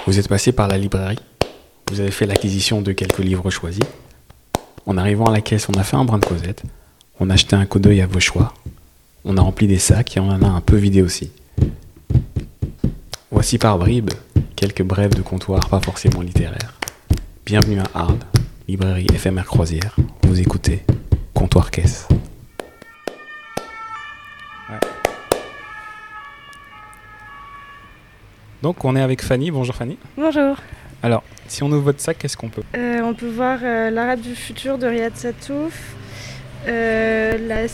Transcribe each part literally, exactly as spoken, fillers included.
Vous êtes passé par la librairie, vous avez fait l'acquisition de quelques livres choisis. En arrivant à la caisse, on a fait un brin de causette, on a jeté un coup d'œil à vos choix, on a rempli des sacs et on en a un peu vidé aussi. Voici par bribes quelques brèves de comptoir pas forcément littéraires. Bienvenue à Arles, librairie éphémère croisière. Vous écoutez Comptoir Caisse. Ouais. Donc on est avec Fanny. Bonjour Fanny. Bonjour. Alors, si on ouvre votre sac, qu'est-ce qu'on peut euh, On peut voir euh, L'Arabe du futur de Riyad Sattouf, euh, La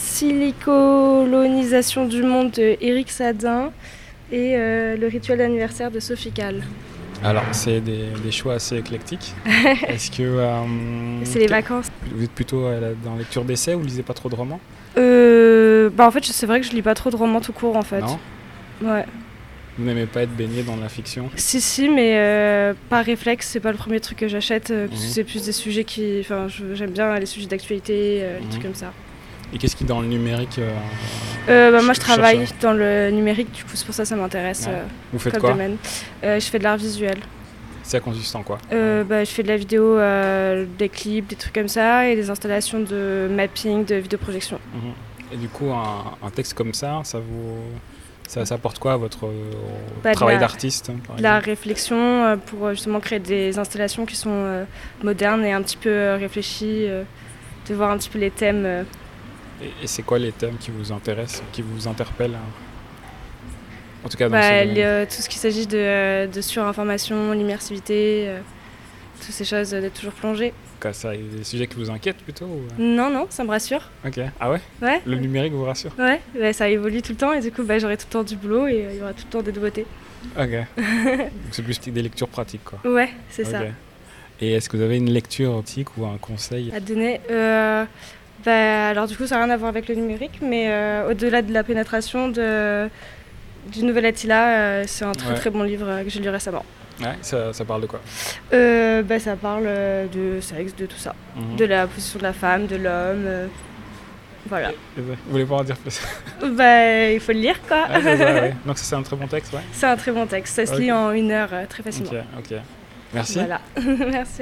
silicolonisation du monde de Éric Sadin et euh, Le rituel d'anniversaire de Sophie Calle. Alors, c'est des, des choix assez éclectiques. Est-ce que... Euh, c'est les vacances. Vous êtes plutôt euh, dans la lecture d'essais ou vous lisez pas trop de romans euh, bah En fait, c'est vrai que je lis pas trop de romans tout court, en fait. Non. Ouais. Vous n'aimez pas être baigné dans la fiction? Si, si, mais euh, par réflexe, c'est pas le premier truc que j'achète. Euh, mmh. C'est plus des sujets qui... Enfin, je, j'aime bien les sujets d'actualité, euh, les mmh. trucs comme ça. Et qu'est-ce qui, dans le numérique euh, euh, bah, Moi, je ch- travaille cherche... dans le numérique, du coup, c'est pour ça que ça m'intéresse. Ouais. Euh, Vous faites comme quoi? domaine. Euh, je fais de l'art visuel. Ça consiste en quoi? euh, bah, Je fais de la vidéo, euh, des clips, des trucs comme ça, et des installations de mapping, de vidéoprojection. mmh. Et du coup, un, un texte comme ça, ça vous... Ça, ça apporte quoi à votre euh, bah, travail de la, d'artiste par de la exemple réflexion euh, pour justement créer des installations qui sont euh, modernes et un petit peu euh, réfléchies, euh, de voir un petit peu les thèmes. Euh. Et, et c'est quoi les thèmes qui vous intéressent, qui vous interpellent hein en tout cas dans bah, ce les, euh, tout ce qu'il s'agit de, de surinformation, l'immersivité, euh, toutes ces choses, euh, d'être toujours plongé. Ça, des sujets qui vous inquiètent plutôt ou... Non, non, ça me rassure. Ok. Ah ouais, ouais. Le numérique vous rassure? Ouais, bah, ça évolue tout le temps et du coup bah, j'aurai tout le temps du boulot et euh, il y aura tout le temps des nouveautés. Ok. Donc c'est plus des lectures pratiques quoi. Ouais, c'est okay. ça. Et est-ce que vous avez une lecture optique ou un conseil à donner euh, bah, Alors du coup ça n'a rien à voir avec le numérique, mais euh, au-delà de la pénétration de, du Nouvel Attila, euh, c'est un très ouais. très bon livre euh, que j'ai lu récemment. Ouais, ça, ça parle de quoi? euh, bah, Ça parle de sexe, de tout ça. Mmh. De la position de la femme, de l'homme. Euh, voilà. Et, et vous voulez pas en dire plus? Bah, il faut le lire, quoi. Ouais, c'est ça, ouais. Donc ça, c'est un très bon texte, ouais. C'est un très bon texte. Ça se okay. lit en une heure, euh, très facilement. Ok, ok. Merci. Voilà. Merci.